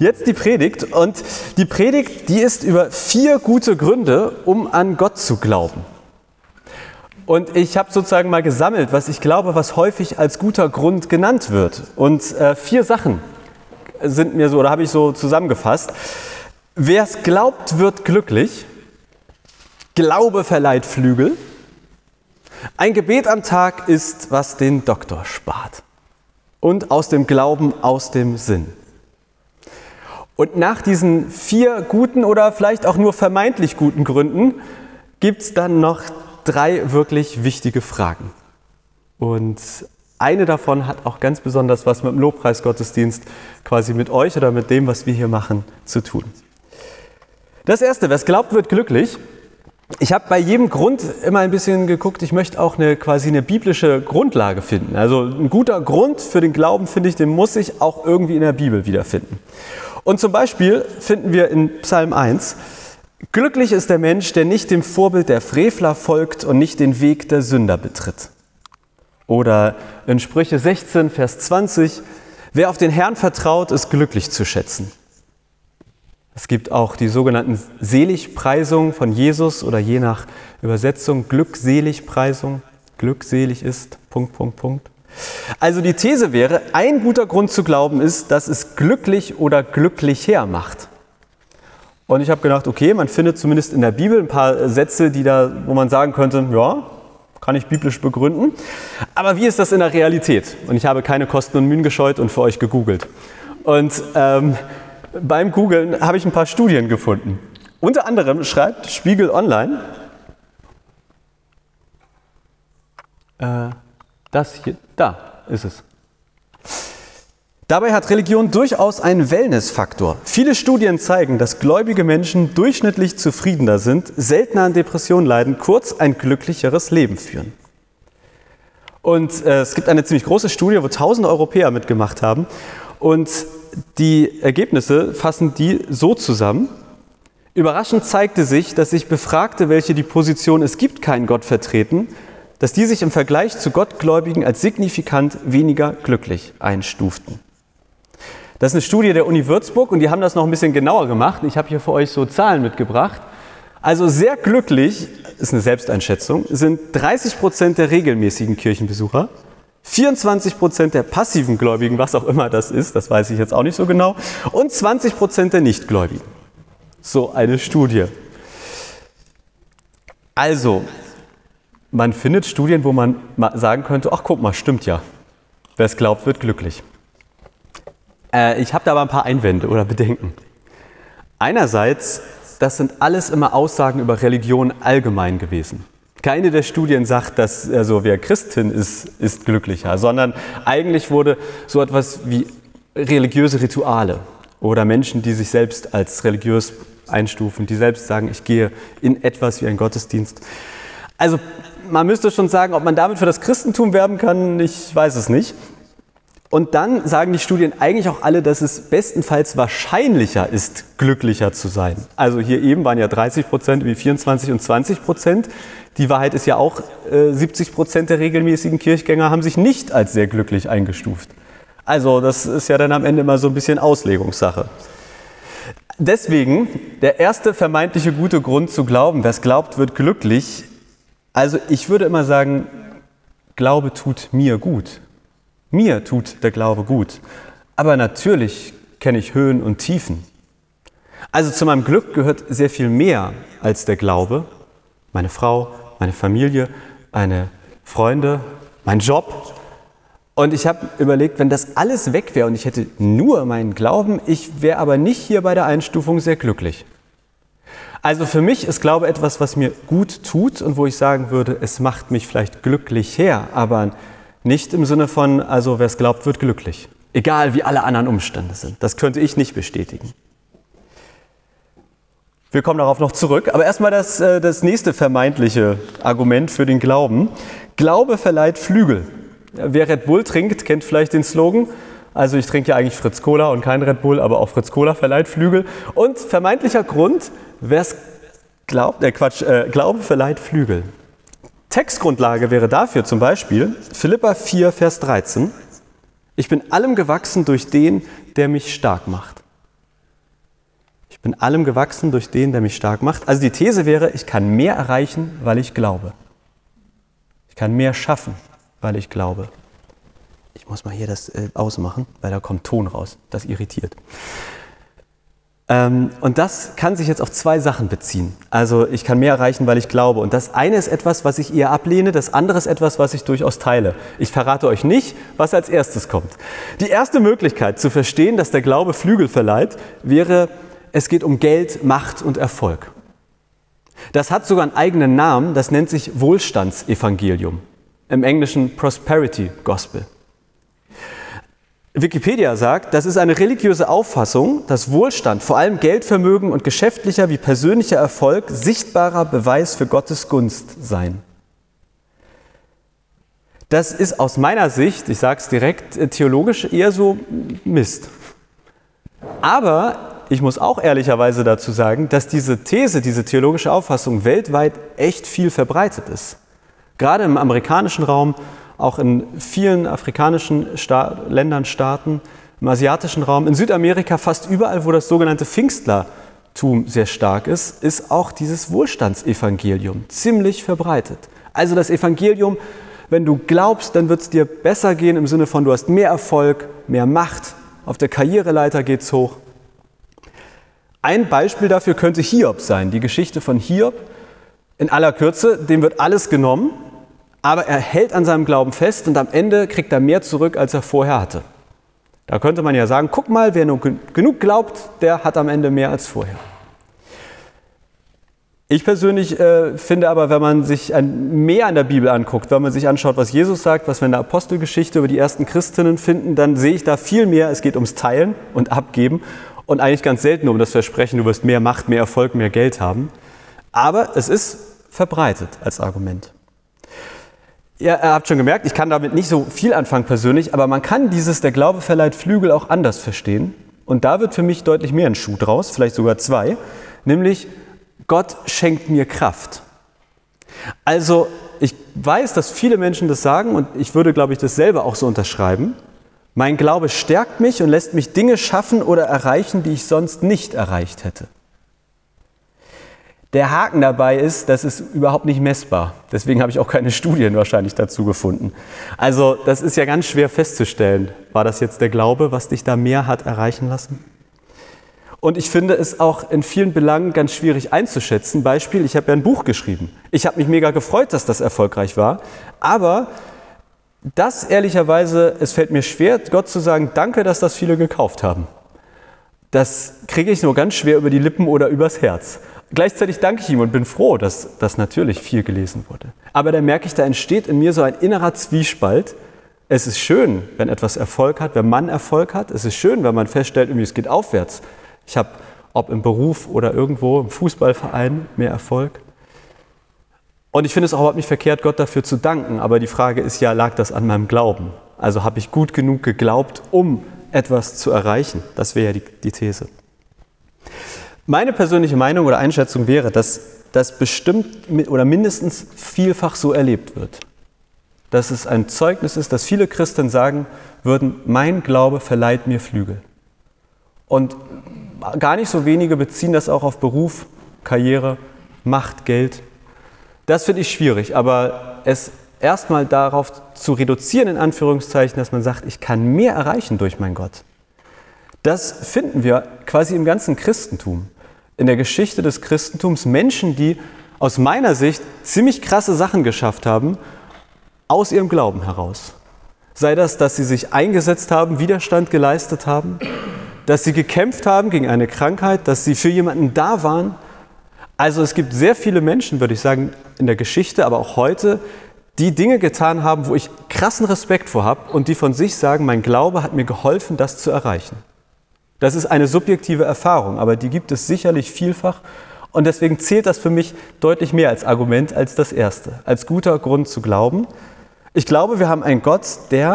Jetzt die Predigt. Und die Predigt, die ist über 4 gute Gründe, um an Gott zu glauben. Und ich habe sozusagen mal gesammelt, was ich glaube, was häufig als guter Grund genannt wird. Und 4 Sachen sind mir so, oder habe ich so zusammengefasst. Wer es glaubt, wird glücklich. Glaube verleiht Flügel. Ein Gebet am Tag ist, was den Doktor spart. Und aus dem Glauben, aus dem Sinn. Und nach diesen 4 guten oder vielleicht auch nur vermeintlich guten Gründen gibt es dann noch 3 wirklich wichtige Fragen. Und eine davon hat auch ganz besonders was mit dem Lobpreisgottesdienst, quasi mit euch oder mit dem, was wir hier machen, zu tun. Das Erste, wer es glaubt, wird glücklich. Ich habe bei jedem Grund immer ein bisschen geguckt, ich möchte auch quasi eine biblische Grundlage finden. Also ein guter Grund für den Glauben, finde ich, den muss ich auch irgendwie in der Bibel wiederfinden. Und zum Beispiel finden wir in Psalm 1, glücklich ist der Mensch, der nicht dem Vorbild der Frevler folgt und nicht den Weg der Sünder betritt. Oder in Sprüche 16, Vers 20, wer auf den Herrn vertraut, ist glücklich zu schätzen. Es gibt auch die sogenannten Seligpreisungen von Jesus oder je nach Übersetzung Glückseligpreisung. Glückselig ist, ... Also die These wäre, ein guter Grund zu glauben ist, dass es glücklich oder glücklicher macht. Und ich habe gedacht, okay, man findet zumindest in der Bibel ein paar Sätze, wo man sagen könnte, ja, kann ich biblisch begründen. Aber wie ist das in der Realität? Und ich habe keine Kosten und Mühen gescheut und für euch gegoogelt. Und beim Googlen habe ich ein paar Studien gefunden. Unter anderem schreibt Spiegel Online, das hier, da ist es. Dabei hat Religion durchaus einen Wellness-Faktor. Viele Studien zeigen, dass gläubige Menschen durchschnittlich zufriedener sind, seltener an Depressionen leiden, kurz ein glücklicheres Leben führen. Und es gibt eine ziemlich große Studie, wo 1000 Europäer mitgemacht haben. Und die Ergebnisse fassen die so zusammen. Überraschend zeigte sich, dass sich Befragte, welche die Position "Es gibt keinen Gott" vertreten, dass die sich im Vergleich zu Gottgläubigen als signifikant weniger glücklich einstuften. Das ist eine Studie der Uni Würzburg und die haben das noch ein bisschen genauer gemacht. Ich habe hier für euch so Zahlen mitgebracht. Also sehr glücklich, ist eine Selbsteinschätzung, sind 30% der regelmäßigen Kirchenbesucher, 24% der passiven Gläubigen, was auch immer das ist, das weiß ich jetzt auch nicht so genau, und 20% der Nichtgläubigen. So eine Studie. Also, man findet Studien, wo man sagen könnte, ach guck mal, stimmt ja, wer es glaubt, wird glücklich. Ich habe da aber ein paar Einwände oder Bedenken. Einerseits, das sind alles immer Aussagen über Religion allgemein gewesen. Keine der Studien sagt, dass wer Christin ist glücklicher, sondern eigentlich wurde so etwas wie religiöse Rituale oder Menschen, die sich selbst als religiös einstufen, die selbst sagen, ich gehe in etwas wie ein Gottesdienst. Also man müsste schon sagen, ob man damit für das Christentum werben kann, ich weiß es nicht. Und dann sagen die Studien eigentlich auch alle, dass es bestenfalls wahrscheinlicher ist, glücklicher zu sein. Also hier eben waren ja 30%, wie 24 und 20%. Die Wahrheit ist ja auch, 70% der regelmäßigen Kirchgänger haben sich nicht als sehr glücklich eingestuft. Also das ist ja dann am Ende immer so ein bisschen Auslegungssache. Deswegen der erste vermeintliche gute Grund zu glauben, wer es glaubt, wird glücklich. Also ich würde immer sagen, Glaube tut mir gut. Mir tut der Glaube gut. Aber natürlich kenne ich Höhen und Tiefen. Also zu meinem Glück gehört sehr viel mehr als der Glaube. Meine Frau, meine Familie, meine Freunde, mein Job. Und ich habe überlegt, wenn das alles weg wäre und ich hätte nur meinen Glauben, ich wäre aber nicht hier bei der Einstufung sehr glücklich. Also für mich ist Glaube etwas, was mir gut tut und wo ich sagen würde, es macht mich vielleicht glücklicher, aber nicht im Sinne von, also wer es glaubt, wird glücklich. Egal wie alle anderen Umstände sind. Das könnte ich nicht bestätigen. Wir kommen darauf noch zurück, aber erstmal das nächste vermeintliche Argument für den Glauben. Glaube verleiht Flügel. Wer Red Bull trinkt, kennt vielleicht den Slogan. Also ich trinke ja eigentlich Fritz Cola und kein Red Bull, aber auch Fritz Cola verleiht Flügel. Und vermeintlicher Grund, wer es glaubt, Glaube verleiht Flügel. Textgrundlage wäre dafür zum Beispiel Philipper 4, Vers 13. Ich bin allem gewachsen durch den, der mich stark macht. Ich bin allem gewachsen durch den, der mich stark macht. Also die These wäre, ich kann mehr erreichen, weil ich glaube. Ich kann mehr schaffen, weil ich glaube. Ich muss mal hier das ausmachen, weil da kommt Ton raus. Das irritiert. Und das kann sich jetzt auf zwei Sachen beziehen. Also ich kann mehr erreichen, weil ich glaube. Und das eine ist etwas, was ich eher ablehne, das andere ist etwas, was ich durchaus teile. Ich verrate euch nicht, was als erstes kommt. Die erste Möglichkeit zu verstehen, dass der Glaube Flügel verleiht, wäre, es geht um Geld, Macht und Erfolg. Das hat sogar einen eigenen Namen, das nennt sich Wohlstandsevangelium. Im Englischen Prosperity Gospel. Wikipedia sagt, das ist eine religiöse Auffassung, dass Wohlstand, vor allem Geldvermögen und geschäftlicher wie persönlicher Erfolg sichtbarer Beweis für Gottes Gunst seien. Das ist aus meiner Sicht, ich sage es direkt, theologisch eher so Mist. Aber ich muss auch ehrlicherweise dazu sagen, dass diese These, diese theologische Auffassung weltweit echt viel verbreitet ist. Gerade im amerikanischen Raum, auch in vielen afrikanischen Ländern, Staaten, im asiatischen Raum, in Südamerika, fast überall, wo das sogenannte Pfingstlertum sehr stark ist, ist auch dieses Wohlstandsevangelium ziemlich verbreitet. Also das Evangelium, wenn du glaubst, dann wird es dir besser gehen im Sinne von, du hast mehr Erfolg, mehr Macht, auf der Karriereleiter geht's hoch. Ein Beispiel dafür könnte Hiob sein, die Geschichte von Hiob. In aller Kürze, dem wird alles genommen, aber er hält an seinem Glauben fest und am Ende kriegt er mehr zurück, als er vorher hatte. Da könnte man ja sagen, guck mal, wer nur genug glaubt, der hat am Ende mehr als vorher. Ich persönlich finde aber, wenn man sich mehr an der Bibel anguckt, wenn man sich anschaut, was Jesus sagt, was wir in der Apostelgeschichte über die ersten Christinnen finden, dann sehe ich da viel mehr, es geht ums Teilen und Abgeben und eigentlich ganz selten um das Versprechen, du wirst mehr Macht, mehr Erfolg, mehr Geld haben. Aber es ist verbreitet als Argument. Ja, ihr habt schon gemerkt, ich kann damit nicht so viel anfangen persönlich, aber man kann der Glaube verleiht Flügel auch anders verstehen. Und da wird für mich deutlich mehr ein Schuh draus, vielleicht sogar zwei, nämlich Gott schenkt mir Kraft. Also ich weiß, dass viele Menschen das sagen und ich würde, glaube ich, das selber auch so unterschreiben. Mein Glaube stärkt mich und lässt mich Dinge schaffen oder erreichen, die ich sonst nicht erreicht hätte. Der Haken dabei ist, das ist überhaupt nicht messbar. Deswegen habe ich auch keine Studien wahrscheinlich dazu gefunden. Also das ist ja ganz schwer festzustellen. War das jetzt der Glaube, was dich da mehr hat erreichen lassen? Und ich finde es auch in vielen Belangen ganz schwierig einzuschätzen. Beispiel, ich habe ja ein Buch geschrieben. Ich habe mich mega gefreut, dass das erfolgreich war. Aber das ehrlicherweise, es fällt mir schwer, Gott zu sagen, danke, dass das viele gekauft haben. Das kriege ich nur ganz schwer über die Lippen oder übers Herz. Gleichzeitig danke ich ihm und bin froh, dass das natürlich viel gelesen wurde. Aber da merke ich, da entsteht in mir so ein innerer Zwiespalt. Es ist schön, wenn etwas Erfolg hat, wenn man Erfolg hat. Es ist schön, wenn man feststellt, irgendwie es geht aufwärts. Ich habe, ob im Beruf oder irgendwo im Fußballverein, mehr Erfolg. Und ich finde es auch überhaupt nicht verkehrt, Gott dafür zu danken. Aber die Frage ist ja, lag das an meinem Glauben? Also habe ich gut genug geglaubt, um etwas zu erreichen? Das wäre ja die These. Meine persönliche Meinung oder Einschätzung wäre, dass das bestimmt oder mindestens vielfach so erlebt wird. Dass es ein Zeugnis ist, dass viele Christen sagen würden, mein Glaube verleiht mir Flügel. Und gar nicht so wenige beziehen das auch auf Beruf, Karriere, Macht, Geld. Das finde ich schwierig, aber es erstmal darauf zu reduzieren, in Anführungszeichen, dass man sagt, ich kann mehr erreichen durch meinen Gott. Das finden wir quasi im ganzen Christentum. In der Geschichte des Christentums Menschen, die aus meiner Sicht ziemlich krasse Sachen geschafft haben, aus ihrem Glauben heraus. Sei das, dass sie sich eingesetzt haben, Widerstand geleistet haben, dass sie gekämpft haben gegen eine Krankheit, dass sie für jemanden da waren. Also es gibt sehr viele Menschen, würde ich sagen, in der Geschichte, aber auch heute, die Dinge getan haben, wo ich krassen Respekt vor habe und die von sich sagen, mein Glaube hat mir geholfen, das zu erreichen. Das ist eine subjektive Erfahrung, aber die gibt es sicherlich vielfach und deswegen zählt das für mich deutlich mehr als Argument als das erste, als guter Grund zu glauben. Ich glaube, wir haben einen Gott, der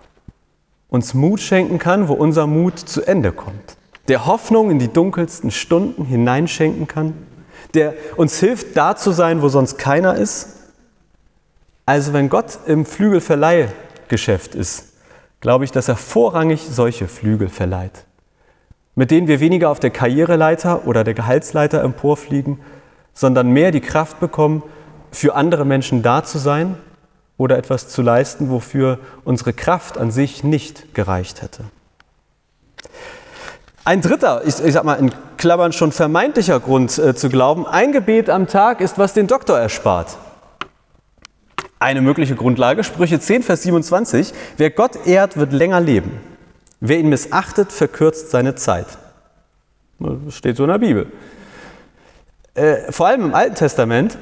uns Mut schenken kann, wo unser Mut zu Ende kommt, der Hoffnung in die dunkelsten Stunden hineinschenken kann, der uns hilft, da zu sein, wo sonst keiner ist. Also wenn Gott im Flügelverleihgeschäft ist, glaube ich, dass er vorrangig solche Flügel verleiht. mit denen wir weniger auf der Karriereleiter oder der Gehaltsleiter emporfliegen, sondern mehr die Kraft bekommen, für andere Menschen da zu sein oder etwas zu leisten, wofür unsere Kraft an sich nicht gereicht hätte. Ein dritter, ich sag mal in Klammern schon vermeintlicher Grund zu glauben, ein Gebet am Tag ist, was den Doktor erspart. Eine mögliche Grundlage, Sprüche 10, Vers 27, wer Gott ehrt, wird länger leben. Wer ihn missachtet, verkürzt seine Zeit. Das steht so in der Bibel. Vor allem im Alten Testament,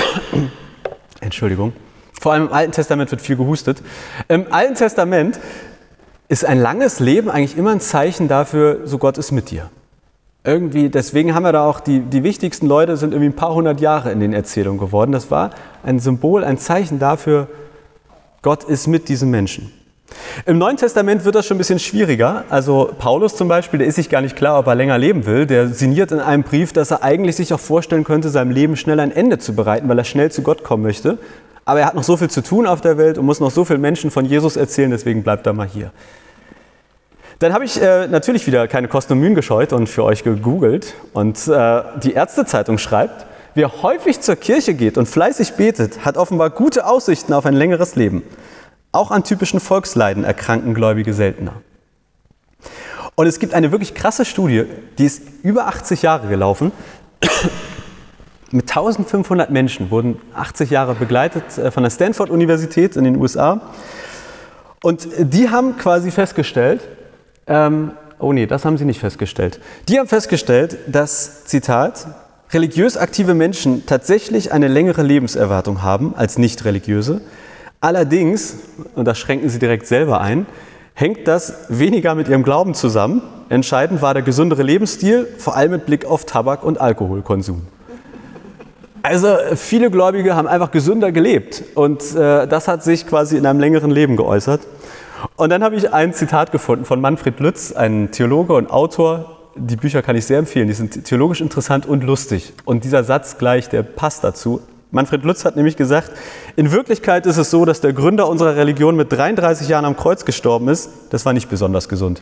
vor allem im Alten Testament wird viel gehustet. Im Alten Testament ist ein langes Leben eigentlich immer ein Zeichen dafür, so Gott ist mit dir. Irgendwie, deswegen haben wir da auch, die wichtigsten Leute sind irgendwie ein paar hundert Jahre in den Erzählungen geworden. Das war ein Symbol, ein Zeichen dafür, Gott ist mit diesen Menschen. Im Neuen Testament wird das schon ein bisschen schwieriger. Also Paulus zum Beispiel, der ist sich gar nicht klar, ob er länger leben will. Der sinniert in einem Brief, dass er eigentlich sich auch vorstellen könnte, seinem Leben schnell ein Ende zu bereiten, weil er schnell zu Gott kommen möchte. Aber er hat noch so viel zu tun auf der Welt und muss noch so vielen Menschen von Jesus erzählen, deswegen bleibt er mal hier. Dann habe ich natürlich wieder keine Kosten und Mühen gescheut und für euch gegoogelt. Und die Ärztezeitung schreibt, wer häufig zur Kirche geht und fleißig betet, hat offenbar gute Aussichten auf ein längeres Leben. Auch an typischen Volksleiden erkranken Gläubige seltener. Und es gibt eine wirklich krasse Studie, die ist über 80 Jahre gelaufen. Mit 1500 Menschen wurden 80 Jahre begleitet von der Stanford-Universität in den USA. Und die haben quasi festgestellt, das haben sie nicht festgestellt. Die haben festgestellt, dass, Zitat, religiös aktive Menschen tatsächlich eine längere Lebenserwartung haben als nicht-religiöse. Allerdings, und das schränken sie direkt selber ein, hängt das weniger mit ihrem Glauben zusammen. Entscheidend war der gesündere Lebensstil, vor allem mit Blick auf Tabak- und Alkoholkonsum. Also viele Gläubige haben einfach gesünder gelebt und das hat sich quasi in einem längeren Leben geäußert. Und dann habe ich ein Zitat gefunden von Manfred Lütz, ein Theologe und Autor. Die Bücher kann ich sehr empfehlen, die sind theologisch interessant und lustig. Und dieser Satz gleich, der passt dazu. Manfred Lütz hat nämlich gesagt, in Wirklichkeit ist es so, dass der Gründer unserer Religion mit 33 Jahren am Kreuz gestorben ist. Das war nicht besonders gesund.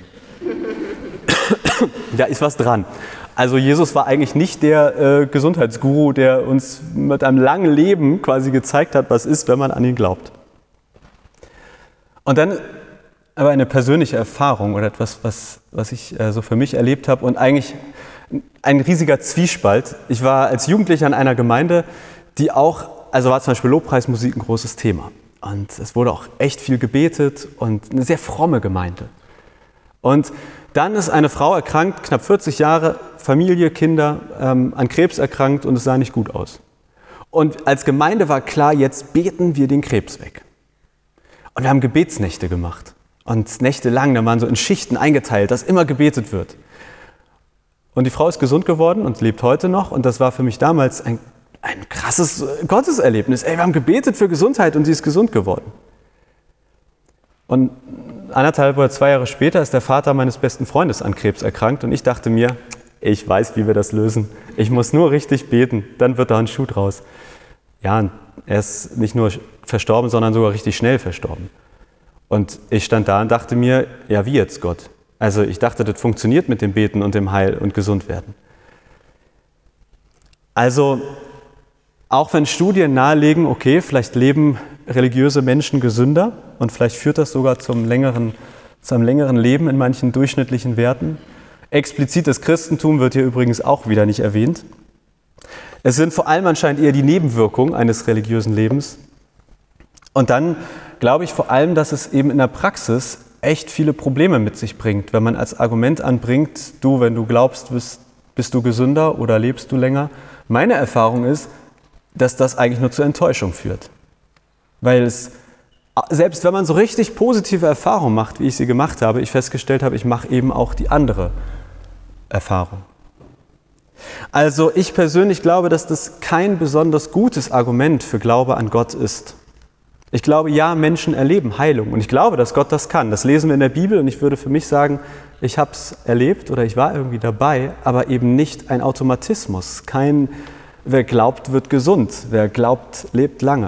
Da ist was dran. Also Jesus war eigentlich nicht der Gesundheitsguru, der uns mit einem langen Leben quasi gezeigt hat, was ist, wenn man an ihn glaubt. Und dann aber eine persönliche Erfahrung oder etwas, was ich so für mich erlebt habe und eigentlich ein riesiger Zwiespalt. Ich war als Jugendlicher in einer Gemeinde, die auch, also war zum Beispiel Lobpreismusik ein großes Thema. Und es wurde auch echt viel gebetet und eine sehr fromme Gemeinde. Und dann ist eine Frau erkrankt, knapp 40 Jahre, Familie, Kinder, an Krebs erkrankt und es sah nicht gut aus. Und als Gemeinde war klar, jetzt beten wir den Krebs weg. Und wir haben Gebetsnächte gemacht. Und nächtelang, da waren so in Schichten eingeteilt, dass immer gebetet wird. Und die Frau ist gesund geworden und lebt heute noch. Und das war für mich damals ein krasses Gotteserlebnis. Wir haben gebetet für Gesundheit und sie ist gesund geworden. Und 1,5 oder 2 Jahre später ist der Vater meines besten Freundes an Krebs erkrankt. Und ich dachte mir, ich weiß, wie wir das lösen. Ich muss nur richtig beten, dann wird da ein Schuh draus. Ja, und er ist nicht nur verstorben, sondern sogar richtig schnell verstorben. Und ich stand da und dachte mir, ja, wie jetzt, Gott? Also ich dachte, das funktioniert mit dem Beten und dem Heil und Gesundwerden. Also auch wenn Studien nahelegen, okay, vielleicht leben religiöse Menschen gesünder und vielleicht führt das sogar zu einem längeren Leben in manchen durchschnittlichen Werten. Explizites Christentum wird hier übrigens auch wieder nicht erwähnt. Es sind vor allem anscheinend eher die Nebenwirkungen eines religiösen Lebens. Und dann glaube ich vor allem, dass es eben in der Praxis echt viele Probleme mit sich bringt, wenn man als Argument anbringt, du, wenn du glaubst, bist du gesünder oder lebst du länger. Meine Erfahrung ist, dass das eigentlich nur zur Enttäuschung führt. Weil es, selbst wenn man so richtig positive Erfahrungen macht, wie ich sie gemacht habe, ich festgestellt habe, ich mache eben auch die andere Erfahrung. Also ich persönlich glaube, dass das kein besonders gutes Argument für Glaube an Gott ist. Ich glaube, ja, Menschen erleben Heilung und ich glaube, dass Gott das kann. Das lesen wir in der Bibel und ich würde für mich sagen, ich habe es erlebt oder ich war irgendwie dabei, aber eben nicht ein Automatismus. Kein, wer glaubt, wird gesund. Wer glaubt, lebt lange.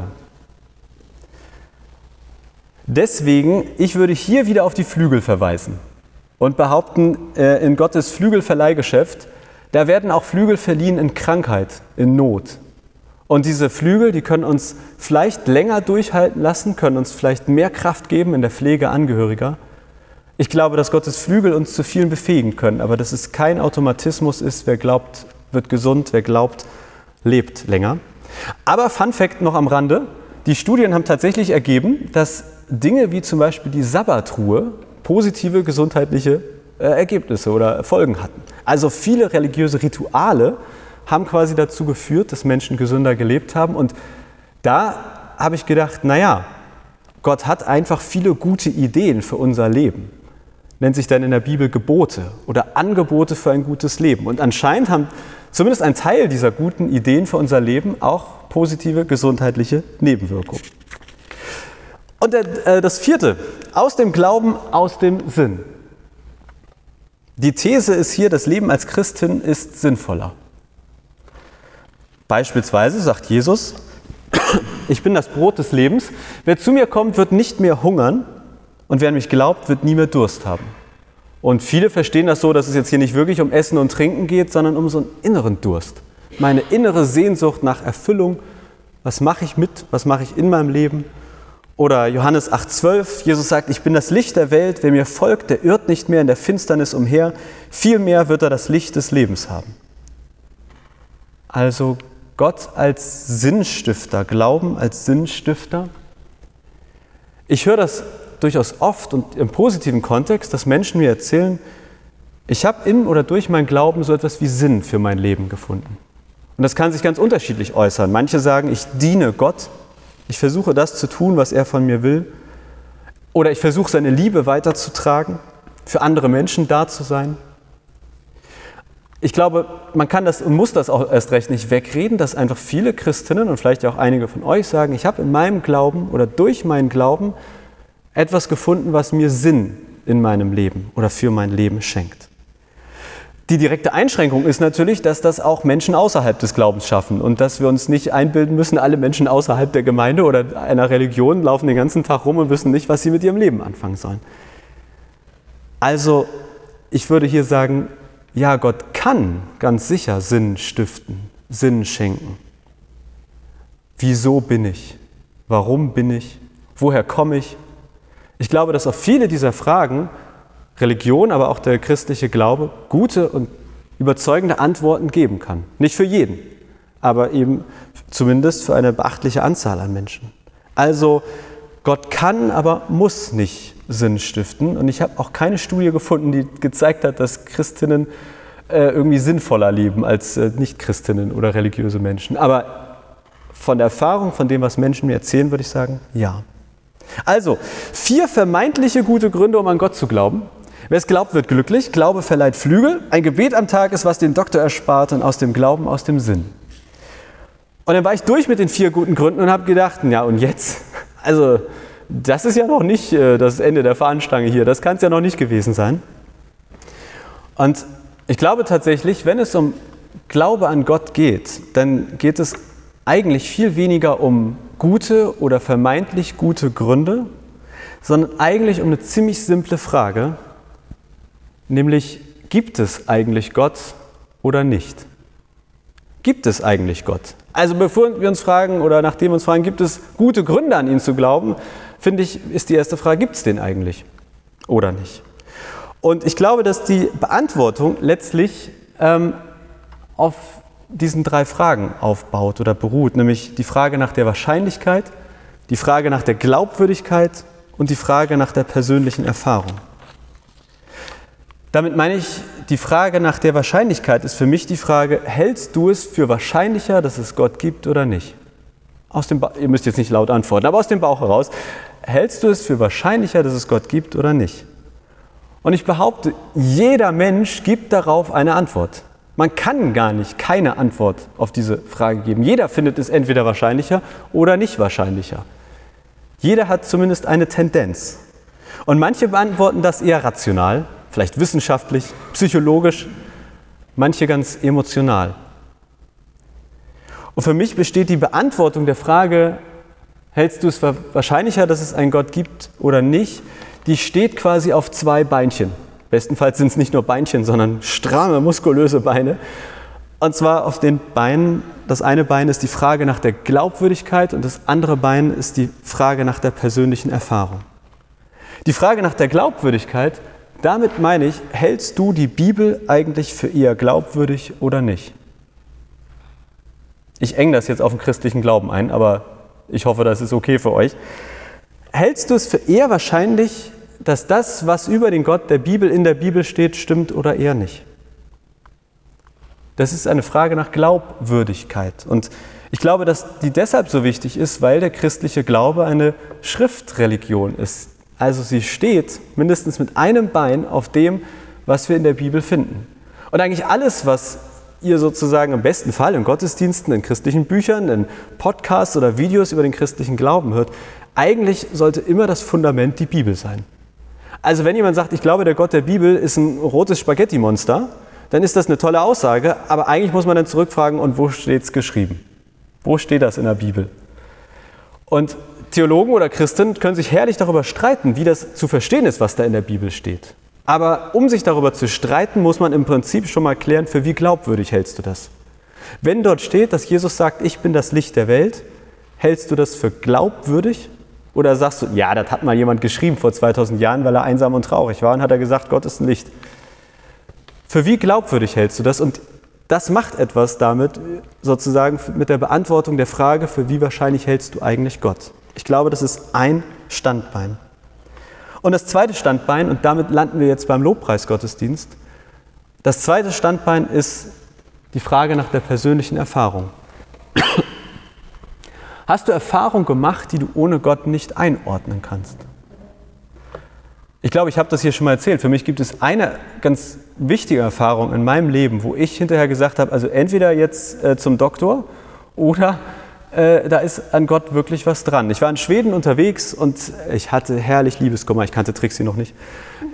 Deswegen, ich würde hier wieder auf die Flügel verweisen. und behaupten, in Gottes Flügelverleihgeschäft, da werden auch Flügel verliehen in Krankheit, in Not. Und diese Flügel, die können uns vielleicht länger durchhalten lassen, können uns vielleicht mehr Kraft geben in der Pflege Angehöriger. Ich glaube, dass Gottes Flügel uns zu vielen befähigen können, aber dass es kein Automatismus ist, wer glaubt, wird gesund, wer glaubt, lebt länger. Aber Fun Fact noch am Rande, die Studien haben tatsächlich ergeben, dass Dinge wie zum Beispiel die Sabbatruhe positive gesundheitliche Ergebnisse oder Folgen hatten. Also viele religiöse Rituale haben quasi dazu geführt, dass Menschen gesünder gelebt haben. Und da habe ich gedacht, naja, Gott hat einfach viele gute Ideen für unser Leben. Nennt sich dann in der Bibel Gebote oder Angebote für ein gutes Leben. Und anscheinend haben zumindest ein Teil dieser guten Ideen für unser Leben auch positive gesundheitliche Nebenwirkungen. Und das vierte, aus dem Glauben, aus dem Sinn. Die These ist hier, das Leben als Christin ist sinnvoller. Beispielsweise sagt Jesus, ich bin das Brot des Lebens, wer zu mir kommt, wird nicht mehr hungern und wer an mich glaubt, wird nie mehr Durst haben. Und viele verstehen das so, dass es jetzt hier nicht wirklich um Essen und Trinken geht, sondern um so einen inneren Durst. Meine innere Sehnsucht nach Erfüllung, was mache ich mit, was mache ich in meinem Leben? Oder Johannes 8,12, Jesus sagt, ich bin das Licht der Welt, wer mir folgt, der irrt nicht mehr in der Finsternis umher, vielmehr wird er das Licht des Lebens haben. Also Gott als Sinnstifter, Glauben als Sinnstifter. Ich höre das durchaus oft und im positiven Kontext, dass Menschen mir erzählen, ich habe in oder durch meinen Glauben so etwas wie Sinn für mein Leben gefunden. Und das kann sich ganz unterschiedlich äußern. Manche sagen, ich diene Gott, ich versuche das zu tun, was er von mir will. Oder ich versuche seine Liebe weiterzutragen, für andere Menschen da zu sein. Ich glaube, man kann das und muss das auch erst recht nicht wegreden, dass einfach viele Christinnen und vielleicht auch einige von euch sagen, ich habe in meinem Glauben oder durch meinen Glauben etwas gefunden, was mir Sinn in meinem Leben oder für mein Leben schenkt. Die direkte Einschränkung ist natürlich, dass das auch Menschen außerhalb des Glaubens schaffen und dass wir uns nicht einbilden müssen, alle Menschen außerhalb der Gemeinde oder einer Religion laufen den ganzen Tag rum und wissen nicht, was sie mit ihrem Leben anfangen sollen. Also, ich würde hier sagen, ja, Gott kann ganz sicher Sinn stiften, Sinn schenken. Wieso bin ich? Warum bin ich? Woher komme ich? Ich glaube, dass auf viele dieser Fragen Religion, aber auch der christliche Glaube gute und überzeugende Antworten geben kann. Nicht für jeden, aber eben zumindest für eine beachtliche Anzahl an Menschen. Also Gott kann, aber muss nicht Sinn stiften. Und ich habe auch keine Studie gefunden, die gezeigt hat, dass Christinnen irgendwie sinnvoller leben als Nicht-Christinnen oder religiöse Menschen. Aber von der Erfahrung, von dem, was Menschen mir erzählen, würde ich sagen, ja. Also, 4 vermeintliche gute Gründe, um an Gott zu glauben. Wer es glaubt, wird glücklich. Glaube verleiht Flügel. Ein Gebet am Tag ist, was den Doktor erspart, und aus dem Glauben, aus dem Sinn. Und dann war ich durch mit den 4 guten Gründen und habe gedacht, ja und jetzt? Also, das ist ja noch nicht das Ende der Fahnenstange hier. Das kann es ja noch nicht gewesen sein. Und ich glaube tatsächlich, wenn es um Glaube an Gott geht, dann geht es eigentlich viel weniger um gute oder vermeintlich gute Gründe, sondern eigentlich um eine ziemlich simple Frage, nämlich, gibt es eigentlich Gott oder nicht? Gibt es eigentlich Gott? Also bevor wir uns fragen oder nachdem wir uns fragen, gibt es gute Gründe an ihn zu glauben, finde ich, ist die erste Frage, gibt es den eigentlich oder nicht? Und ich glaube, dass die Beantwortung letztlich auf diesen 3 Fragen aufbaut oder beruht, nämlich die Frage nach der Wahrscheinlichkeit, die Frage nach der Glaubwürdigkeit und die Frage nach der persönlichen Erfahrung. Damit meine ich, die Frage nach der Wahrscheinlichkeit ist für mich die Frage, hältst du es für wahrscheinlicher, dass es Gott gibt oder nicht? Ihr müsst jetzt nicht laut antworten, aber aus dem Bauch heraus, hältst du es für wahrscheinlicher, dass es Gott gibt oder nicht? Und ich behaupte, jeder Mensch gibt darauf eine Antwort. Man kann gar nicht keine Antwort auf diese Frage geben. Jeder findet es entweder wahrscheinlicher oder nicht wahrscheinlicher. Jeder hat zumindest eine Tendenz. Und manche beantworten das eher rational, vielleicht wissenschaftlich, psychologisch, manche ganz emotional. Und für mich besteht die Beantwortung der Frage, hältst du es für wahrscheinlicher, dass es einen Gott gibt oder nicht, die steht quasi auf 2 Beinchen, Bestenfalls sind es nicht nur Beinchen, sondern stramme, muskulöse Beine. Und zwar auf den Beinen, das eine Bein ist die Frage nach der Glaubwürdigkeit und das andere Bein ist die Frage nach der persönlichen Erfahrung. Die Frage nach der Glaubwürdigkeit, damit meine ich, hältst du die Bibel eigentlich für eher glaubwürdig oder nicht? Ich enge das jetzt auf den christlichen Glauben ein, aber ich hoffe, das ist okay für euch. Hältst du es für eher wahrscheinlich, dass das, was über den Gott der Bibel in der Bibel steht, stimmt oder eher nicht? Das ist eine Frage nach Glaubwürdigkeit. Und ich glaube, dass die deshalb so wichtig ist, weil der christliche Glaube eine Schriftreligion ist. Also sie steht mindestens mit einem Bein auf dem, was wir in der Bibel finden. Und eigentlich alles, was ihr sozusagen im besten Fall in Gottesdiensten, in christlichen Büchern, in Podcasts oder Videos über den christlichen Glauben hört, eigentlich sollte immer das Fundament die Bibel sein. Also wenn jemand sagt, ich glaube, der Gott der Bibel ist ein rotes Spaghetti-Monster, dann ist das eine tolle Aussage, aber eigentlich muss man dann zurückfragen, und wo steht es geschrieben? Wo steht das in der Bibel? Und Theologen oder Christen können sich herrlich darüber streiten, wie das zu verstehen ist, was da in der Bibel steht. Aber um sich darüber zu streiten, muss man im Prinzip schon mal klären, für wie glaubwürdig hältst du das? Wenn dort steht, dass Jesus sagt, ich bin das Licht der Welt, hältst du das für glaubwürdig? Oder sagst du, ja, das hat mal jemand geschrieben vor 2000 Jahren, weil er einsam und traurig war und hat er gesagt, Gott ist ein Licht. Für wie glaubwürdig hältst du das? Und das macht etwas damit, sozusagen mit der Beantwortung der Frage, für wie wahrscheinlich hältst du eigentlich Gott? Ich glaube, das ist ein Standbein. Und das zweite Standbein, und damit landen wir jetzt beim Lobpreisgottesdienst, das zweite Standbein ist die Frage nach der persönlichen Erfahrung. Hast du Erfahrungen gemacht, die du ohne Gott nicht einordnen kannst? Ich glaube, ich habe das hier schon mal erzählt. Für mich gibt es eine ganz wichtige Erfahrung in meinem Leben, wo ich hinterher gesagt habe, also entweder jetzt zum Doktor oder da ist an Gott wirklich was dran. Ich war in Schweden unterwegs und ich hatte herrlich Liebeskummer. Ich kannte Trixie noch nicht.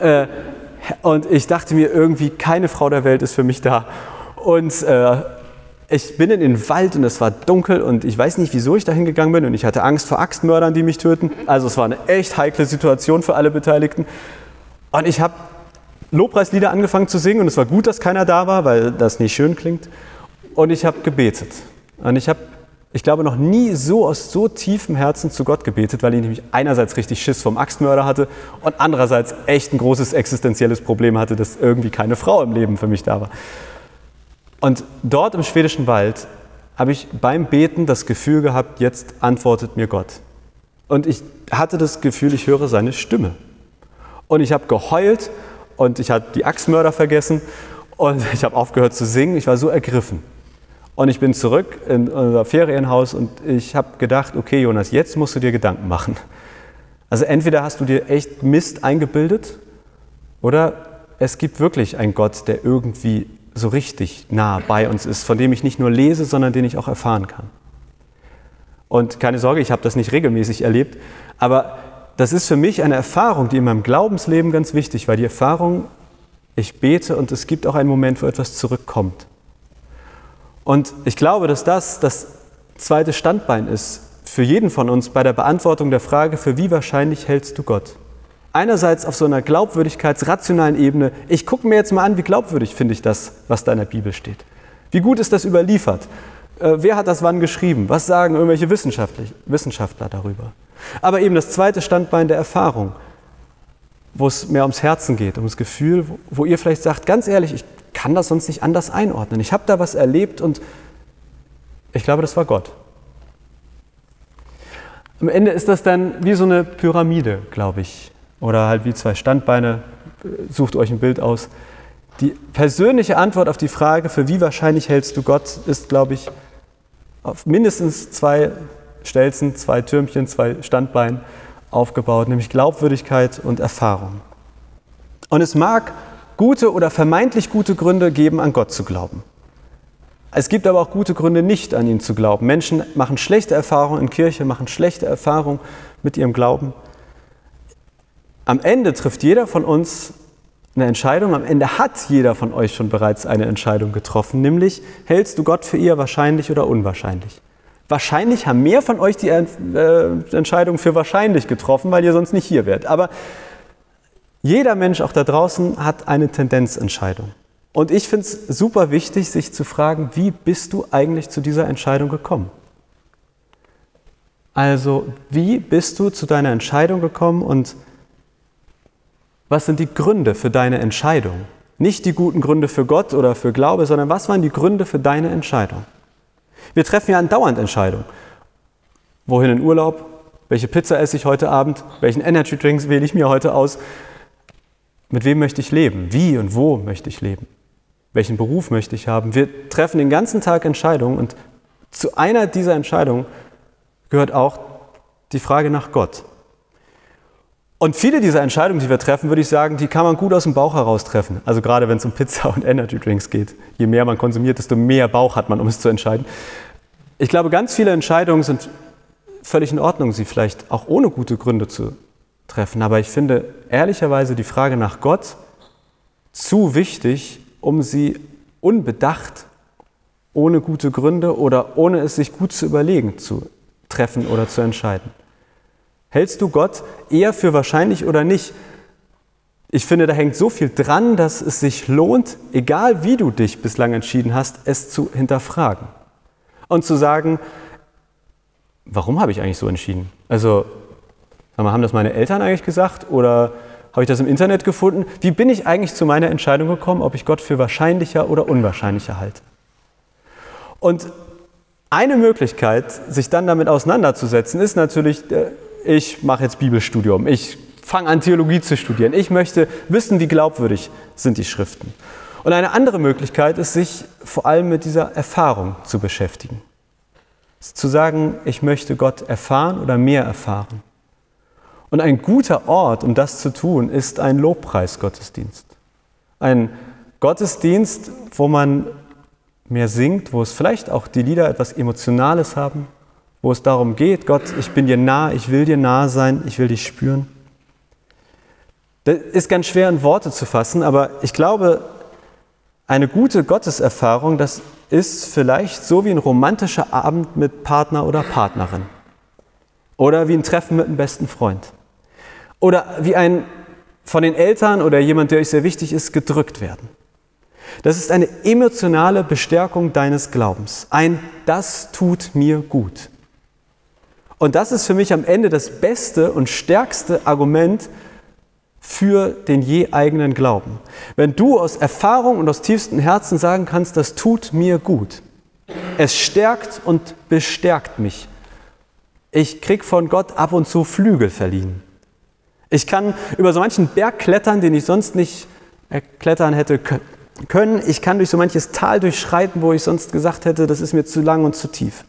Und ich dachte mir irgendwie, keine Frau der Welt ist für mich da. Und ich bin in den Wald und es war dunkel und ich weiß nicht, wieso ich da hingegangen bin und ich hatte Angst vor Axtmördern, die mich töten. Also es war eine echt heikle Situation für alle Beteiligten. Und ich habe Lobpreislieder angefangen zu singen und es war gut, dass keiner da war, weil das nicht schön klingt. Und ich habe gebetet. Und ich glaube, noch nie so aus so tiefem Herzen zu Gott gebetet, weil ich nämlich einerseits richtig Schiss vom Axtmörder hatte und andererseits echt ein großes existenzielles Problem hatte, dass irgendwie keine Frau im Leben für mich da war. Und dort im schwedischen Wald habe ich beim Beten das Gefühl gehabt, jetzt antwortet mir Gott. Und ich hatte das Gefühl, ich höre seine Stimme. Und ich habe geheult und ich habe die Axtmörder vergessen und ich habe aufgehört zu singen. Ich war so ergriffen. Und ich bin zurück in unser Ferienhaus und ich habe gedacht, okay Jonas, jetzt musst du dir Gedanken machen. Also entweder hast du dir echt Mist eingebildet oder es gibt wirklich einen Gott, der irgendwie so richtig nah bei uns ist, von dem ich nicht nur lese, sondern den ich auch erfahren kann. Und keine Sorge, ich habe das nicht regelmäßig erlebt, aber das ist für mich eine Erfahrung, die in meinem Glaubensleben ganz wichtig war. Die Erfahrung, ich bete und es gibt auch einen Moment, wo etwas zurückkommt. Und ich glaube, dass das zweite Standbein ist für jeden von uns bei der Beantwortung der Frage, für wie wahrscheinlich hältst du Gott? Einerseits auf so einer glaubwürdigkeitsrationalen Ebene, ich gucke mir jetzt mal an, wie glaubwürdig finde ich das, was da in der Bibel steht. Wie gut ist das überliefert? Wer hat das wann geschrieben? Was sagen irgendwelche Wissenschaftler darüber? Aber eben das zweite Standbein der Erfahrung, wo es mehr ums Herzen geht, ums Gefühl, wo ihr vielleicht sagt, ganz ehrlich, ich kann das sonst nicht anders einordnen. Ich habe da was erlebt und ich glaube, das war Gott. Am Ende ist das dann wie so eine Pyramide, glaube ich. Oder halt wie zwei Standbeine, sucht euch ein Bild aus. Die persönliche Antwort auf die Frage, für wie wahrscheinlich hältst du Gott, ist, glaube ich, auf mindestens zwei Stelzen, zwei Türmchen, zwei Standbeinen aufgebaut, nämlich Glaubwürdigkeit und Erfahrung. Und es mag gute oder vermeintlich gute Gründe geben, an Gott zu glauben. Es gibt aber auch gute Gründe, nicht an ihn zu glauben. Menschen machen schlechte Erfahrungen in Kirche, machen schlechte Erfahrungen mit ihrem Glauben. Am Ende trifft jeder von uns eine Entscheidung, am Ende hat jeder von euch schon bereits eine Entscheidung getroffen, nämlich hältst du Gott für eher wahrscheinlich oder unwahrscheinlich? Wahrscheinlich haben mehr von euch die Entscheidung für wahrscheinlich getroffen, weil ihr sonst nicht hier wärt. Aber Jeder Mensch, auch da draußen, hat eine Tendenzentscheidung. Und ich finde es super wichtig, sich zu fragen, wie bist du eigentlich zu dieser Entscheidung gekommen? Also, wie bist du zu deiner Entscheidung gekommen und was sind die Gründe für deine Entscheidung? Nicht die guten Gründe für Gott oder für Glaube, sondern was waren die Gründe für deine Entscheidung? Wir treffen ja andauernd Entscheidungen. Wohin in Urlaub? Welche Pizza esse ich heute Abend? Welchen Energy Drinks wähle ich mir heute aus? Mit wem möchte ich leben? Wie und wo möchte ich leben? Welchen Beruf möchte ich haben? Wir treffen den ganzen Tag Entscheidungen und zu einer dieser Entscheidungen gehört auch die Frage nach Gott. Und viele dieser Entscheidungen, die wir treffen, würde ich sagen, die kann man gut aus dem Bauch heraus treffen. Also gerade wenn es um Pizza und Energy Drinks geht. Je mehr man konsumiert, desto mehr Bauch hat man, um es zu entscheiden. Ich glaube, ganz viele Entscheidungen sind völlig in Ordnung, sie vielleicht auch ohne gute Gründe zu treffen. Aber ich finde ehrlicherweise die Frage nach Gott zu wichtig, um sie unbedacht, ohne gute Gründe oder ohne es sich gut zu überlegen, zu treffen oder zu entscheiden. Hältst du Gott eher für wahrscheinlich oder nicht? Ich finde, da hängt so viel dran, dass es sich lohnt, egal wie du dich bislang entschieden hast, es zu hinterfragen. Und zu sagen, warum habe ich eigentlich so entschieden? Also, haben das meine Eltern eigentlich gesagt oder habe ich das im Internet gefunden? Wie bin ich eigentlich zu meiner Entscheidung gekommen, ob ich Gott für wahrscheinlicher oder unwahrscheinlicher halte? Und eine Möglichkeit, sich dann damit auseinanderzusetzen, ist natürlich, ich mache jetzt Bibelstudium, ich fange an, Theologie zu studieren, ich möchte wissen, wie glaubwürdig sind die Schriften. Und eine andere Möglichkeit ist, sich vor allem mit dieser Erfahrung zu beschäftigen. Zu sagen, ich möchte Gott erfahren oder mehr erfahren. Und ein guter Ort, um das zu tun, ist ein Lobpreisgottesdienst. Ein Gottesdienst, wo man mehr singt, wo es vielleicht auch die Lieder etwas Emotionales haben, wo es darum geht, Gott, ich bin dir nah, ich will dir nahe sein, ich will dich spüren. Das ist ganz schwer in Worte zu fassen, aber ich glaube, eine gute Gotteserfahrung, das ist vielleicht so wie ein romantischer Abend mit Partner oder Partnerin. Oder wie ein Treffen mit einem besten Freund. Oder wie ein von den Eltern oder jemand, der euch sehr wichtig ist, gedrückt werden. Das ist eine emotionale Bestärkung deines Glaubens. Ein Das tut mir gut. Und das ist für mich am Ende das beste und stärkste Argument für den je eigenen Glauben. Wenn du aus Erfahrung und aus tiefstem Herzen sagen kannst, das tut mir gut. Es stärkt und bestärkt mich. Ich krieg von Gott ab und zu Flügel verliehen. Ich kann über so manchen Berg klettern, den ich sonst nicht klettern hätte können. Ich kann durch so manches Tal durchschreiten, wo ich sonst gesagt hätte, das ist mir zu lang und zu tief.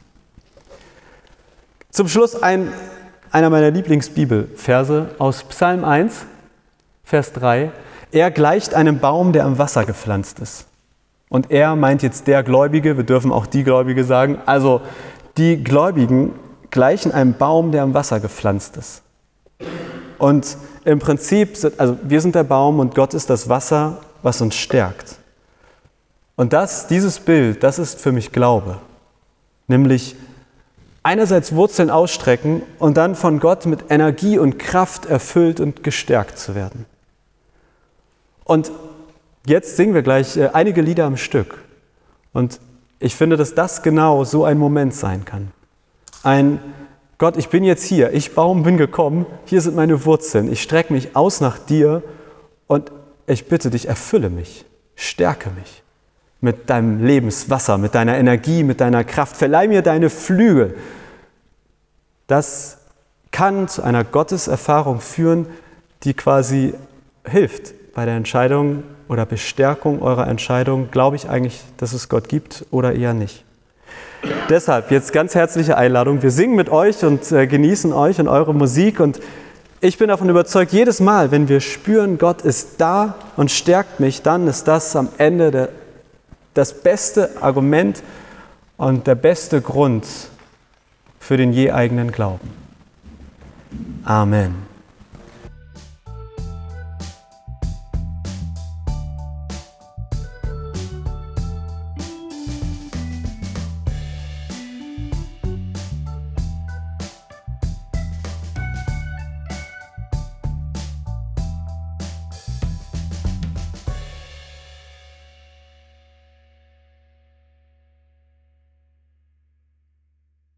Zum Schluss einer meiner Lieblingsbibelverse aus Psalm 1, Vers 3. Er gleicht einem Baum, der am Wasser gepflanzt ist. Und er meint jetzt der Gläubige, wir dürfen auch die Gläubige sagen, also die Gläubigen gleichen einem Baum, der am Wasser gepflanzt ist. Und im Prinzip, also wir sind der Baum und Gott ist das Wasser, was uns stärkt. Und dieses Bild, das ist für mich Glaube. Nämlich einerseits Wurzeln ausstrecken und dann von Gott mit Energie und Kraft erfüllt und gestärkt zu werden. Und jetzt singen wir gleich einige Lieder am Stück. Und ich finde, dass das genau so ein Moment sein kann. Ein Gott, ich bin jetzt hier, ich Baum bin gekommen, hier sind meine Wurzeln, ich strecke mich aus nach dir und ich bitte dich, erfülle mich, stärke mich mit deinem Lebenswasser, mit deiner Energie, mit deiner Kraft, verleih mir deine Flügel. Das kann zu einer Gotteserfahrung führen, die quasi hilft bei der Entscheidung oder Bestärkung eurer Entscheidung, glaube ich eigentlich, dass es Gott gibt oder eher nicht. Deshalb jetzt ganz herzliche Einladung. Wir singen mit euch und genießen euch und eure Musik. Und ich bin davon überzeugt, jedes Mal, wenn wir spüren, Gott ist da und stärkt mich, dann ist das am Ende das beste Argument und der beste Grund für den je eigenen Glauben. Amen.